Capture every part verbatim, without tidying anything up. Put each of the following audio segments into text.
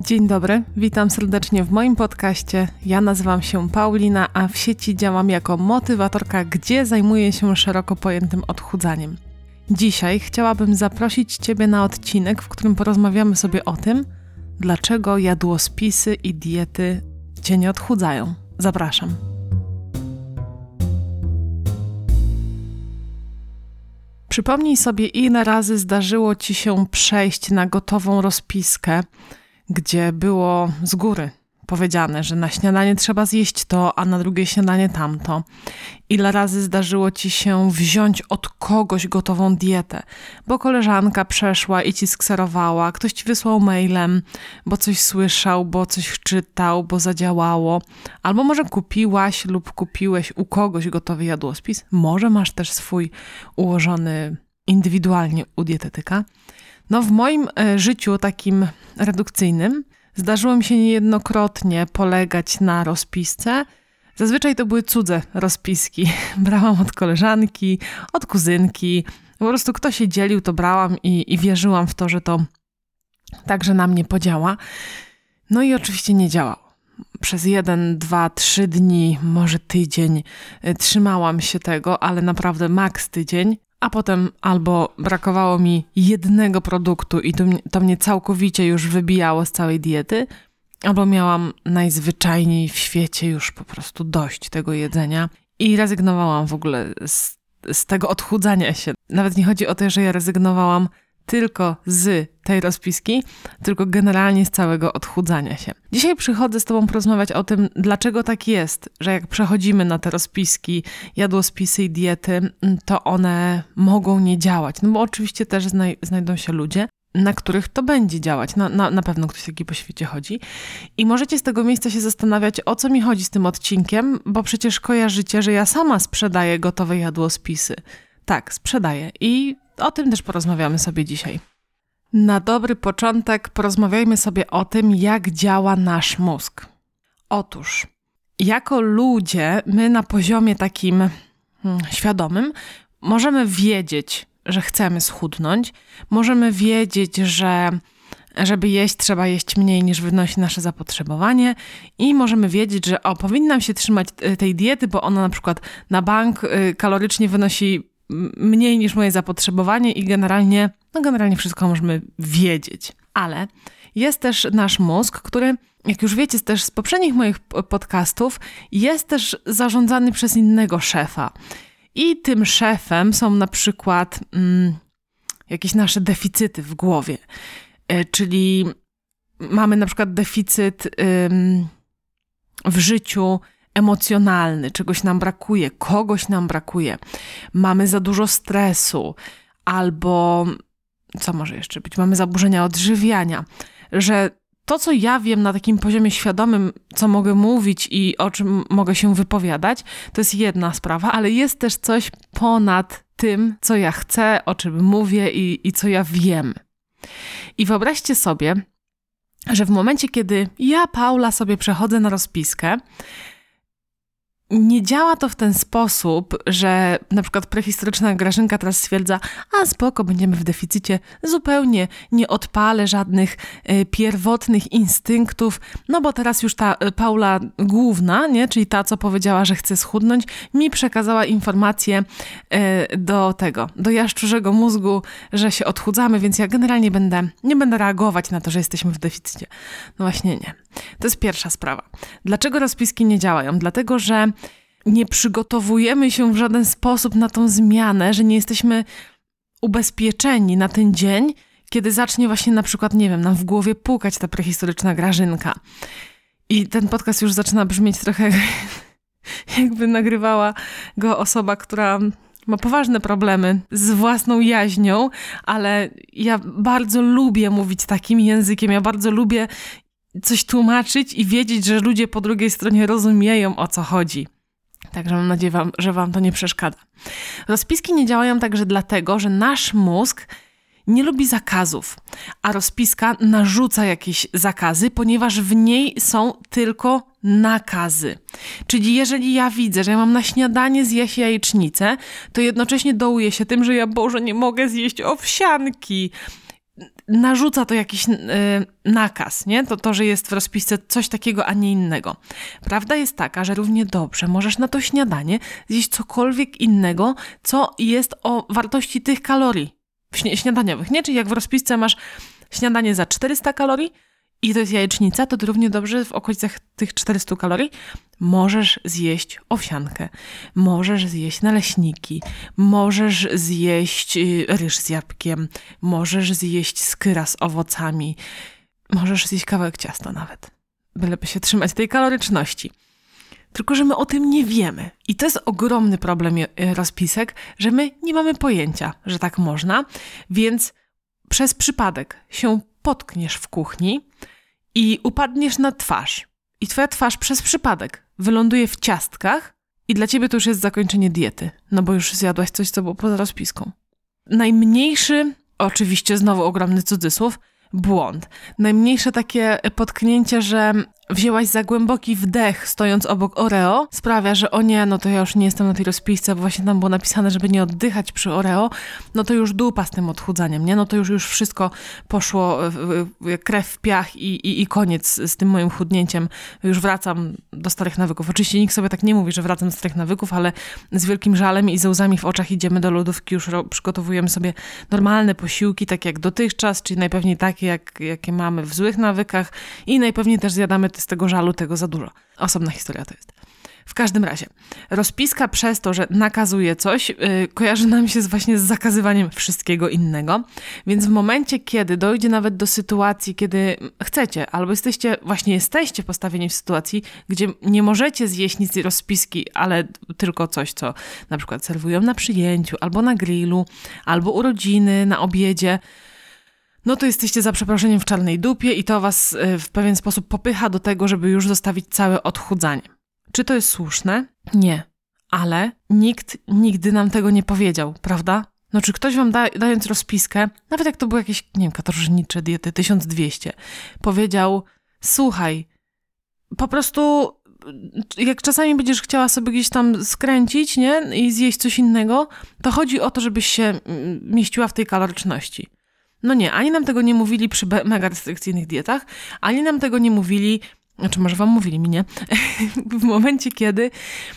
Dzień dobry, witam serdecznie w moim podcaście. Ja nazywam się Paulina, a w sieci działam jako motywatorka, gdzie zajmuję się szeroko pojętym odchudzaniem. Dzisiaj chciałabym zaprosić Ciebie na odcinek, w którym porozmawiamy sobie o tym, dlaczego jadłospisy i diety Cię nie odchudzają. Zapraszam. Przypomnij sobie, ile razy zdarzyło Ci się przejść na gotową rozpiskę, gdzie było z góry powiedziane, że na śniadanie trzeba zjeść to, a na drugie śniadanie tamto. Ile razy zdarzyło Ci się wziąć od kogoś gotową dietę, bo koleżanka przeszła i Ci skserowała, ktoś Ci wysłał mailem, bo coś słyszał, bo coś czytał, bo zadziałało. Albo może kupiłaś lub kupiłeś u kogoś gotowy jadłospis. Może masz też swój ułożony indywidualnie u dietetyka. No w moim y, życiu takim redukcyjnym zdarzyło mi się niejednokrotnie polegać na rozpisce. Zazwyczaj to były cudze rozpiski. Brałam od koleżanki, od kuzynki. Po prostu kto się dzielił, to brałam i, i wierzyłam w to, że to także na mnie podziała. No i oczywiście nie działało. Przez jeden, dwa, trzy dni, może tydzień y, trzymałam się tego, ale naprawdę maks tydzień. A potem albo brakowało mi jednego produktu i to mnie, to mnie całkowicie już wybijało z całej diety, albo miałam najzwyczajniej w świecie już po prostu dość tego jedzenia i rezygnowałam w ogóle z, z tego odchudzania się. Nawet nie chodzi o to, że ja rezygnowałam tylko z tej rozpiski, tylko generalnie z całego odchudzania się. Dzisiaj przychodzę z Tobą porozmawiać o tym, dlaczego tak jest, że jak przechodzimy na te rozpiski, jadłospisy i diety, to one mogą nie działać. No bo oczywiście też znaj- znajdą się ludzie, na których to będzie działać. Na, na, na pewno ktoś taki po świecie chodzi. I możecie z tego miejsca się zastanawiać, o co mi chodzi z tym odcinkiem, bo przecież kojarzycie, że ja sama sprzedaję gotowe jadłospisy. Tak, sprzedaję i o tym też porozmawiamy sobie dzisiaj. Na dobry początek porozmawiajmy sobie o tym, jak działa nasz mózg. Otóż, jako ludzie, my na poziomie takim hmm, świadomym możemy wiedzieć, że chcemy schudnąć, możemy wiedzieć, że żeby jeść, trzeba jeść mniej niż wynosi nasze zapotrzebowanie i możemy wiedzieć, że o, powinnam się trzymać tej diety, bo ona na przykład na bank y, kalorycznie wynosi mniej niż moje zapotrzebowanie i generalnie, no generalnie wszystko możemy wiedzieć. Ale jest też nasz mózg, który, jak już wiecie też z poprzednich moich podcastów, jest też zarządzany przez innego szefa. I tym szefem są na przykład mm, jakieś nasze deficyty w głowie. Yy, czyli mamy na przykład deficyt yy, w życiu emocjonalny, czegoś nam brakuje, kogoś nam brakuje, mamy za dużo stresu, albo co może jeszcze być, mamy zaburzenia odżywiania, że to, co ja wiem na takim poziomie świadomym, co mogę mówić i o czym mogę się wypowiadać, to jest jedna sprawa, ale jest też coś ponad tym, co ja chcę, o czym mówię i, i co ja wiem. I wyobraźcie sobie, że w momencie, kiedy ja, Paula, sobie przechodzę na rozpiskę, nie działa to w ten sposób, że na przykład prehistoryczna Grażynka teraz stwierdza, a spoko, będziemy w deficycie, zupełnie nie odpalę żadnych y, pierwotnych instynktów, no bo teraz już ta y, Paula główna, nie, czyli ta, co powiedziała, że chce schudnąć, mi przekazała informację y, do tego, do jaszczurzego mózgu, że się odchudzamy, więc ja generalnie będę, nie będę reagować na to, że jesteśmy w deficycie. No właśnie nie. To jest pierwsza sprawa. Dlaczego rozpiski nie działają? Dlatego, że nie przygotowujemy się w żaden sposób na tą zmianę, że nie jesteśmy ubezpieczeni na ten dzień, kiedy zacznie właśnie na przykład, nie wiem, nam w głowie pukać ta prehistoryczna Grażynka. I ten podcast już zaczyna brzmieć trochę jakby nagrywała go osoba, która ma poważne problemy z własną jaźnią, ale ja bardzo lubię mówić takim językiem, ja bardzo lubię coś tłumaczyć i wiedzieć, że ludzie po drugiej stronie rozumieją, o co chodzi. Także mam nadzieję, wam, że wam to nie przeszkadza. Rozpiski nie działają także dlatego, że nasz mózg nie lubi zakazów, a rozpiska narzuca jakieś zakazy, ponieważ w niej są tylko nakazy. Czyli jeżeli ja widzę, że ja mam na śniadanie zjeść jajecznicę, to jednocześnie dołuję się tym, że ja, Boże, nie mogę zjeść owsianki. narzuca to jakiś yy, nakaz, nie? To, to, że jest w rozpisce coś takiego, a nie innego. Prawda jest taka, że równie dobrze możesz na to śniadanie zjeść cokolwiek innego, co jest o wartości tych kalorii śniadaniowych, nie? Czyli jak w rozpisce masz śniadanie za czterysta kalorii i to jest jajecznica, to ty równie dobrze w okolicach tych czterystu kalorii możesz zjeść owsiankę, możesz zjeść naleśniki, możesz zjeść ryż z jabłkiem, możesz zjeść skyra z owocami, możesz zjeść kawałek ciasta nawet, byleby się trzymać tej kaloryczności. Tylko że my o tym nie wiemy. I to jest ogromny problem rozpisek, że my nie mamy pojęcia, że tak można, więc przez przypadek się potkniesz w kuchni i upadniesz na twarz. I twoja twarz przez przypadek wyląduje w ciastkach i dla ciebie to już jest zakończenie diety, no bo już zjadłaś coś, co było poza rozpiską. Najmniejszy, oczywiście znowu ogromny cudzysłów, błąd. Najmniejsze takie potknięcie, że wzięłaś za głęboki wdech stojąc obok Oreo, sprawia, że o nie, no to ja już nie jestem na tej rozpisce, bo właśnie tam było napisane, żeby nie oddychać przy Oreo, no to już dupa z tym odchudzaniem, nie? No to już, już wszystko poszło, krew w piach i, i, i koniec z tym moim chudnięciem. Już wracam do starych nawyków. Oczywiście nikt sobie tak nie mówi, że wracam do starych nawyków, ale z wielkim żalem i ze łzami w oczach idziemy do lodówki, już ro- przygotowujemy sobie normalne posiłki, tak jak dotychczas, czyli najpewniej takie, jak, jakie mamy w złych nawykach i najpewniej też zjadamy z tego żalu tego za dużo. Osobna historia to jest. W każdym razie, rozpiska przez to, że nakazuje coś, yy, kojarzy nam się z, właśnie z zakazywaniem wszystkiego innego, więc w momencie, kiedy dojdzie nawet do sytuacji, kiedy chcecie, albo jesteście, właśnie jesteście postawieni w sytuacji, gdzie nie możecie zjeść nic z rozpiski, ale tylko coś, co na przykład serwują na przyjęciu, albo na grillu, albo urodziny, na obiedzie, no to jesteście za przeproszeniem w czarnej dupie i to was w pewien sposób popycha do tego, żeby już zostawić całe odchudzanie. Czy to jest słuszne? Nie. Ale nikt nigdy nam tego nie powiedział, prawda? No czy ktoś wam da, dając rozpiskę, nawet jak to były jakieś, nie wiem, katorżnicze diety, tysiąc dwieście, powiedział, słuchaj, po prostu jak czasami będziesz chciała sobie gdzieś tam skręcić, nie? I zjeść coś innego, to chodzi o to, żebyś się mieściła w tej kaloryczności. No nie, ani nam tego nie mówili przy mega restrykcyjnych dietach, ani nam tego nie mówili, znaczy może wam mówili mi, nie? W momencie, kiedy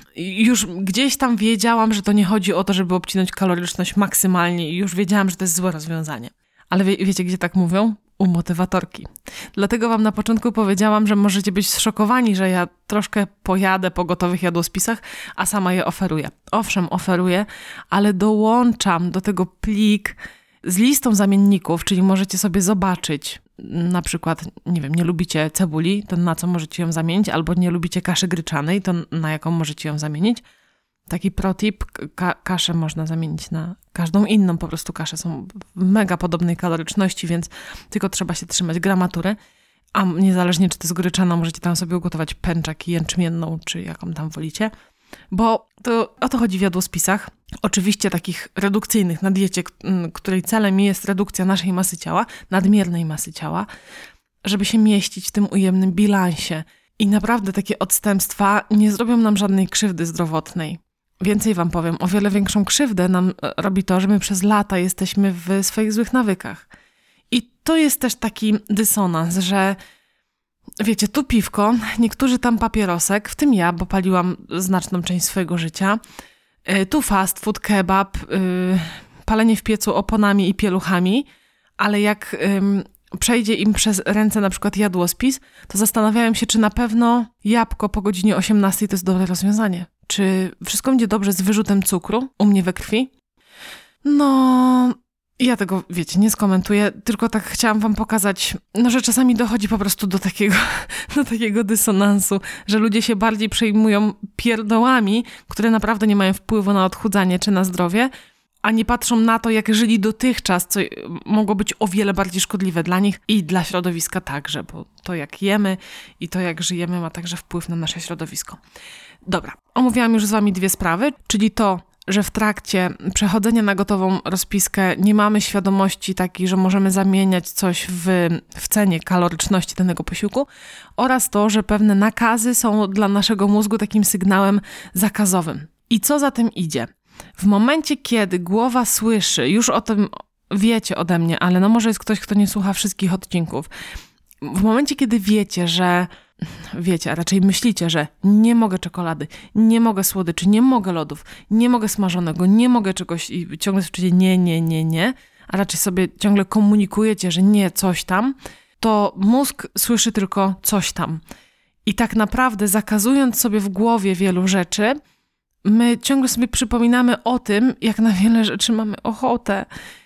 już gdzieś tam wiedziałam, że to nie chodzi o to, żeby obcinać kaloryczność maksymalnie i już wiedziałam, że to jest złe rozwiązanie. Ale wie, wiecie, gdzie tak mówią? U motywatorki. Dlatego wam na początku powiedziałam, że możecie być zszokowani, że ja troszkę pojadę po gotowych jadłospisach, a sama je oferuję. Owszem, oferuję, ale dołączam do tego plik z listą zamienników, czyli możecie sobie zobaczyć, na przykład, nie wiem, nie lubicie cebuli, to na co możecie ją zamienić, albo nie lubicie kaszy gryczanej, to na jaką możecie ją zamienić. Taki protip, ka- kaszę można zamienić na każdą inną, po prostu kasze są w mega podobnej kaloryczności, więc tylko trzeba się trzymać gramatury, a niezależnie czy to jest gryczana, możecie tam sobie ugotować pęczak jęczmienną, czy jaką tam wolicie. Bo to o to chodzi w jadłospisach, oczywiście takich redukcyjnych na diecie, której celem jest redukcja naszej masy ciała, nadmiernej masy ciała, żeby się mieścić w tym ujemnym bilansie. I naprawdę takie odstępstwa nie zrobią nam żadnej krzywdy zdrowotnej. Więcej wam powiem, o wiele większą krzywdę nam robi to, że my przez lata jesteśmy w swoich złych nawykach. I to jest też taki dysonans, że wiecie, tu piwko, niektórzy tam papierosek, w tym ja, bo paliłam znaczną część swojego życia, tu fast food, kebab, yy, palenie w piecu oponami i pieluchami, ale jak yy, przejdzie im przez ręce na przykład jadłospis, to zastanawiałem się, czy na pewno jabłko po godzinie osiemnastej to jest dobre rozwiązanie. Czy wszystko będzie dobrze z wyrzutem cukru u mnie we krwi? No... Ja tego, wiecie, nie skomentuję, tylko tak chciałam wam pokazać, no, że czasami dochodzi po prostu do takiego, do takiego dysonansu, że ludzie się bardziej przejmują pierdołami, które naprawdę nie mają wpływu na odchudzanie czy na zdrowie, a nie patrzą na to, jak żyli dotychczas, co mogło być o wiele bardziej szkodliwe dla nich i dla środowiska także, bo to jak jemy i to jak żyjemy ma także wpływ na nasze środowisko. Dobra, omówiłam już z wami dwie sprawy, czyli to, że w trakcie przechodzenia na gotową rozpiskę nie mamy świadomości takiej, że możemy zamieniać coś w, w cenie kaloryczności danego posiłku oraz to, że pewne nakazy są dla naszego mózgu takim sygnałem zakazowym. I co za tym idzie? W momencie, kiedy głowa słyszy, już o tym wiecie ode mnie, ale no może jest ktoś, kto nie słucha wszystkich odcinków. W momencie, kiedy wiecie, że wiecie, a raczej myślicie, że nie mogę czekolady, nie mogę słodyczy, nie mogę lodów, nie mogę smażonego, nie mogę czegoś i ciągle słyszycie nie, nie, nie, nie, a raczej sobie ciągle komunikujecie, że nie, coś tam, to mózg słyszy tylko coś tam. I tak naprawdę zakazując sobie w głowie wielu rzeczy, my ciągle sobie przypominamy o tym, jak na wiele rzeczy mamy ochotę.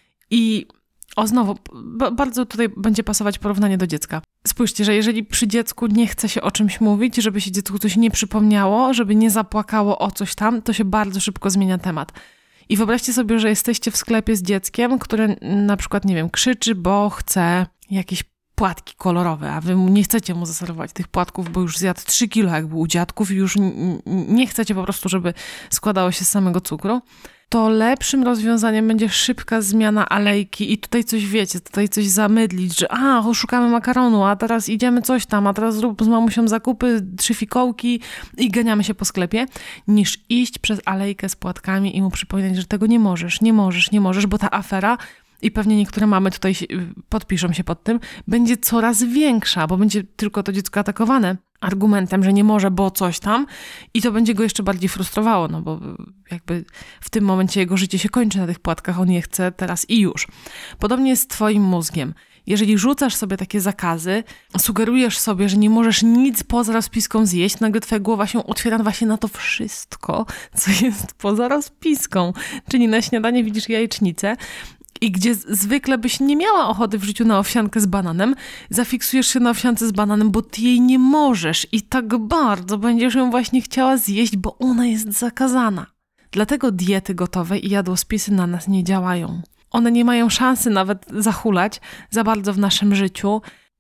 I o znowu, b- bardzo tutaj będzie pasować porównanie do dziecka. Spójrzcie, że jeżeli przy dziecku nie chce się o czymś mówić, żeby się dziecku coś nie przypomniało, żeby nie zapłakało o coś tam, to się bardzo szybko zmienia temat. I wyobraźcie sobie, że jesteście w sklepie z dzieckiem, które na przykład, nie wiem, krzyczy, bo chce jakieś płatki kolorowe, a wy nie chcecie mu zaserwować tych płatków, bo już zjadł trzy kilo, jak był u dziadków i już n- nie chcecie po prostu, żeby składało się z samego cukru, to lepszym rozwiązaniem będzie szybka zmiana alejki i tutaj coś wiecie, tutaj coś zamydlić, że a, szukamy makaronu, a teraz idziemy coś tam, a teraz zrób z mamusią zakupy, trzy fikołki i ganiamy się po sklepie, niż iść przez alejkę z płatkami i mu przypominać, że tego nie możesz, nie możesz, nie możesz, bo ta afera, i pewnie niektóre mamy tutaj podpiszą się pod tym, będzie coraz większa, bo będzie tylko to dziecko atakowane argumentem, że nie może, bo coś tam i to będzie go jeszcze bardziej frustrowało, no bo jakby w tym momencie jego życie się kończy na tych płatkach, on je chce teraz i już. Podobnie jest z twoim mózgiem. Jeżeli rzucasz sobie takie zakazy, sugerujesz sobie, że nie możesz nic poza rozpiską zjeść, nagle twoja głowa się otwiera właśnie na to wszystko, co jest poza rozpiską. Czyli na śniadanie widzisz jajecznicę, i gdzie zwykle byś nie miała ochoty w życiu na owsiankę z bananem, zafiksujesz się na owsiance z bananem, bo ty jej nie możesz i tak bardzo będziesz ją właśnie chciała zjeść, bo ona jest zakazana. Dlatego diety gotowe i jadłospisy na nas nie działają. One nie mają szansy nawet zahulać za bardzo w naszym życiu,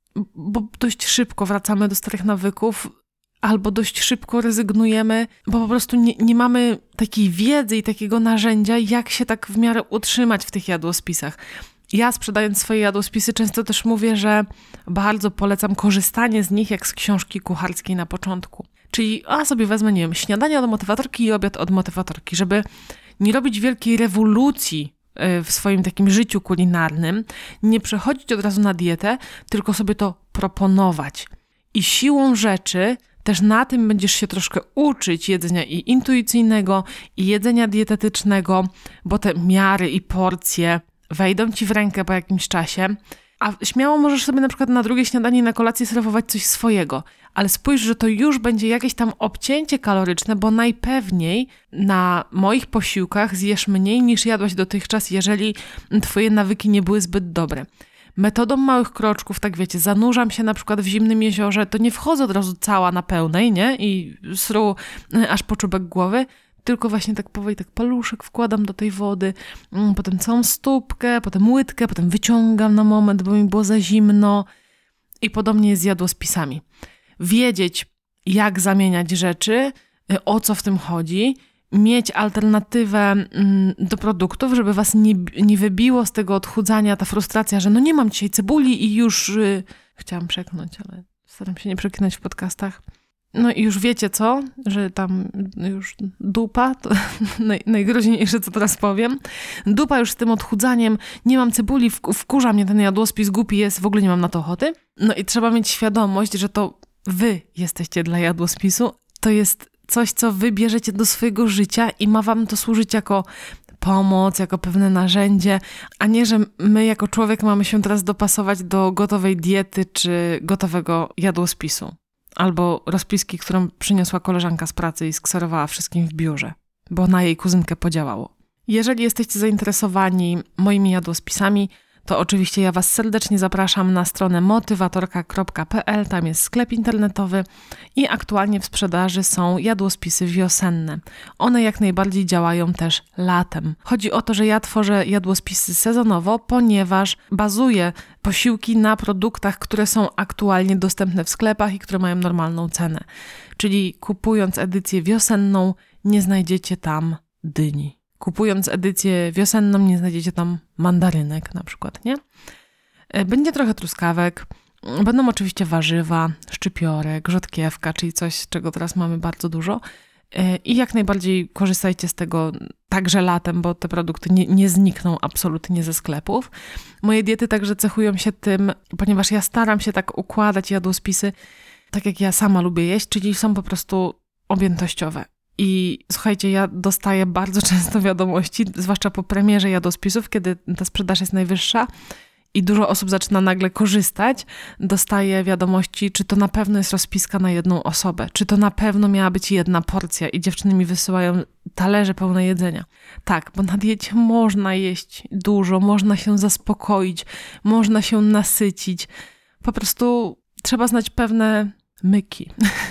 bo dość szybko wracamy do starych nawyków, albo dość szybko rezygnujemy, bo po prostu nie, nie mamy takiej wiedzy i takiego narzędzia, jak się tak w miarę utrzymać w tych jadłospisach. Ja sprzedając swoje jadłospisy często też mówię, że bardzo polecam korzystanie z nich jak z książki kucharskiej na początku. Czyli a sobie wezmę, nie wiem, śniadanie od motywatorki i obiad od motywatorki, żeby nie robić wielkiej rewolucji w swoim takim życiu kulinarnym, nie przechodzić od razu na dietę, tylko sobie to proponować. I siłą rzeczy też na tym będziesz się troszkę uczyć jedzenia i intuicyjnego, i jedzenia dietetycznego, bo te miary i porcje wejdą ci w rękę po jakimś czasie, a śmiało możesz sobie na przykład na drugie śniadanie i na kolację serwować coś swojego, ale spójrz, że to już będzie jakieś tam obcięcie kaloryczne, bo najpewniej na moich posiłkach zjesz mniej niż jadłaś dotychczas, jeżeli twoje nawyki nie były zbyt dobre. Metodą małych kroczków, tak wiecie, zanurzam się na przykład w zimnym jeziorze, to nie wchodzę od razu cała na pełnej, nie? I sru aż po czubek głowy, tylko właśnie tak powoli tak paluszek wkładam do tej wody, potem całą stópkę, potem łydkę, potem wyciągam na moment, bo mi było za zimno i podobnie jest z jadłospisami. Wiedzieć, jak zamieniać rzeczy, o co w tym chodzi, mieć alternatywę do produktów, żeby was nie, nie wybiło z tego odchudzania ta frustracja, że no nie mam dzisiaj cebuli i już yy, chciałam przeknąć, ale staram się nie przeklinać w podcastach. No i już wiecie co, że tam już dupa, to naj, najgroźniejsze co teraz powiem, dupa już z tym odchudzaniem, nie mam cebuli, wk- wkurza mnie ten jadłospis, głupi jest, w ogóle nie mam na to ochoty. No i trzeba mieć świadomość, że to wy jesteście dla jadłospisu, to jest coś, co wy bierzecie do swojego życia i ma wam to służyć jako pomoc, jako pewne narzędzie, a nie, że my jako człowiek mamy się teraz dopasować do gotowej diety czy gotowego jadłospisu. Albo rozpiski, którą przyniosła koleżanka z pracy i skserowała wszystkim w biurze, bo na jej kuzynkę podziałało. Jeżeli jesteście zainteresowani moimi jadłospisami, to oczywiście ja was serdecznie zapraszam na stronę motywatorka kropka pe el, tam jest sklep internetowy i aktualnie w sprzedaży są jadłospisy wiosenne. One jak najbardziej działają też latem. Chodzi o to, że ja tworzę jadłospisy sezonowo, ponieważ bazuję posiłki na produktach, które są aktualnie dostępne w sklepach i które mają normalną cenę. Czyli kupując edycję wiosenną nie znajdziecie tam dyni. Kupując edycję wiosenną nie znajdziecie tam mandarynek na przykład, nie? Będzie trochę truskawek, będą oczywiście warzywa, szczypiorek, rzodkiewka, czyli coś, czego teraz mamy bardzo dużo. I jak najbardziej korzystajcie z tego także latem, bo te produkty nie, nie znikną absolutnie ze sklepów. Moje diety także cechują się tym, ponieważ ja staram się tak układać jadłospisy, tak jak ja sama lubię jeść, czyli są po prostu objętościowe. I słuchajcie, ja dostaję bardzo często wiadomości, zwłaszcza po premierze jadłospisów, kiedy ta sprzedaż jest najwyższa i dużo osób zaczyna nagle korzystać, dostaję wiadomości, czy to na pewno jest rozpiska na jedną osobę, czy to na pewno miała być jedna porcja i dziewczyny mi wysyłają talerze pełne jedzenia. Tak, bo na diecie można jeść dużo, można się zaspokoić, można się nasycić. Po prostu trzeba znać pewne myki.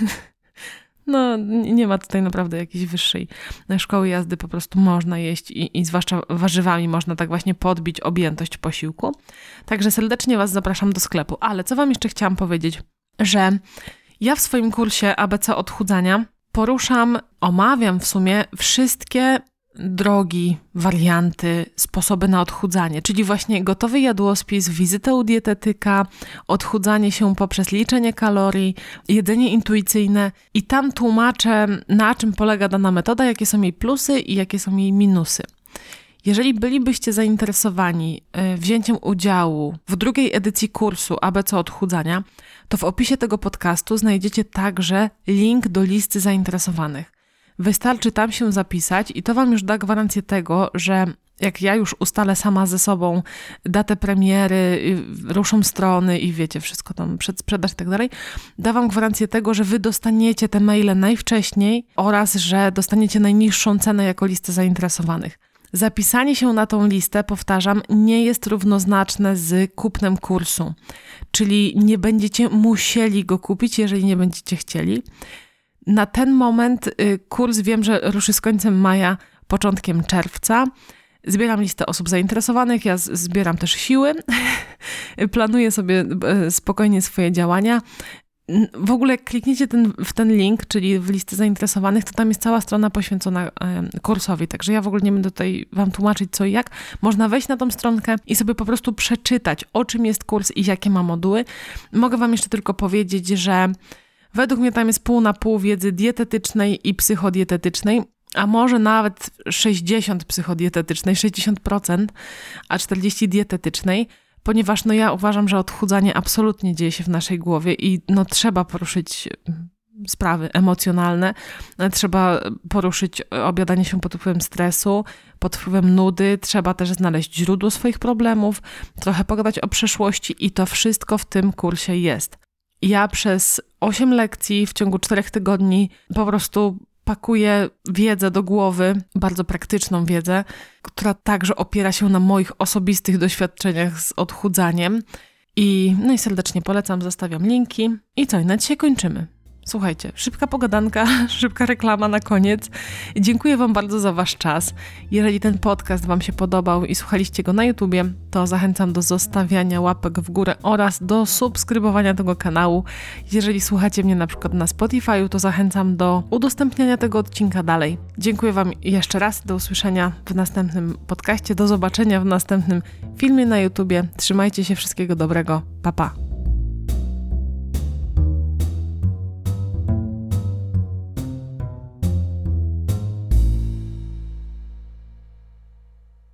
No, nie ma tutaj naprawdę jakiejś wyższej szkoły jazdy, po prostu można jeść i, i zwłaszcza warzywami można tak właśnie podbić objętość posiłku. Także serdecznie Was zapraszam do sklepu. Ale co Wam jeszcze chciałam powiedzieć, że ja w swoim kursie A B C odchudzania poruszam, omawiam w sumie wszystkie drogi, warianty, sposoby na odchudzanie, czyli właśnie gotowy jadłospis, wizytę u dietetyka, odchudzanie się poprzez liczenie kalorii, jedzenie intuicyjne i tam tłumaczę, na czym polega dana metoda, jakie są jej plusy i jakie są jej minusy. Jeżeli bylibyście zainteresowani wzięciem udziału w drugiej edycji kursu A B C odchudzania, to w opisie tego podcastu znajdziecie także link do listy zainteresowanych. Wystarczy tam się zapisać i to Wam już da gwarancję tego, że jak ja już ustalę sama ze sobą datę premiery, ruszą strony i wiecie, wszystko tam, przedsprzedaż i tak dalej, da Wam gwarancję tego, że Wy dostaniecie te maile najwcześniej oraz, że dostaniecie najniższą cenę jako listę zainteresowanych. Zapisanie się na tą listę, powtarzam, nie jest równoznaczne z kupnem kursu, czyli nie będziecie musieli go kupić, jeżeli nie będziecie chcieli. Na ten moment y, kurs wiem, że ruszy z końcem maja, początkiem czerwca. Zbieram listę osób zainteresowanych, ja z, zbieram też siły, planuję sobie y, spokojnie swoje działania. W ogóle kliknijcie ten, w ten link, czyli w listę zainteresowanych, to tam jest cała strona poświęcona y, kursowi, także ja w ogóle nie będę tutaj Wam tłumaczyć co i jak. Można wejść na tą stronkę i sobie po prostu przeczytać, o czym jest kurs i jakie ma moduły. Mogę Wam jeszcze tylko powiedzieć, że według mnie tam jest pół na pół wiedzy dietetycznej i psychodietetycznej, a może nawet sześćdziesiąt psychodietetycznej, sześćdziesiąt procent, a czterdzieści dietetycznej, ponieważ no ja uważam, że odchudzanie absolutnie dzieje się w naszej głowie i no trzeba poruszyć sprawy emocjonalne, trzeba poruszyć obiadanie się pod wpływem stresu, pod wpływem nudy, trzeba też znaleźć źródło swoich problemów, trochę pogadać o przeszłości i to wszystko w tym kursie jest. Ja przez osiem lekcji w ciągu czterech tygodni po prostu pakuję wiedzę do głowy, bardzo praktyczną wiedzę, która także opiera się na moich osobistych doświadczeniach z odchudzaniem. I, no i serdecznie polecam, zostawiam linki. I co, i na dzisiaj kończymy. Słuchajcie, szybka pogadanka, szybka reklama na koniec. Dziękuję Wam bardzo za Wasz czas. Jeżeli ten podcast Wam się podobał i słuchaliście go na YouTubie, to zachęcam do zostawiania łapek w górę oraz do subskrybowania tego kanału. Jeżeli słuchacie mnie na przykład na Spotify'u, to zachęcam do udostępniania tego odcinka dalej. Dziękuję Wam jeszcze raz, do usłyszenia w następnym podcaście, do zobaczenia w następnym filmie na YouTubie. Trzymajcie się, wszystkiego dobrego, pa pa!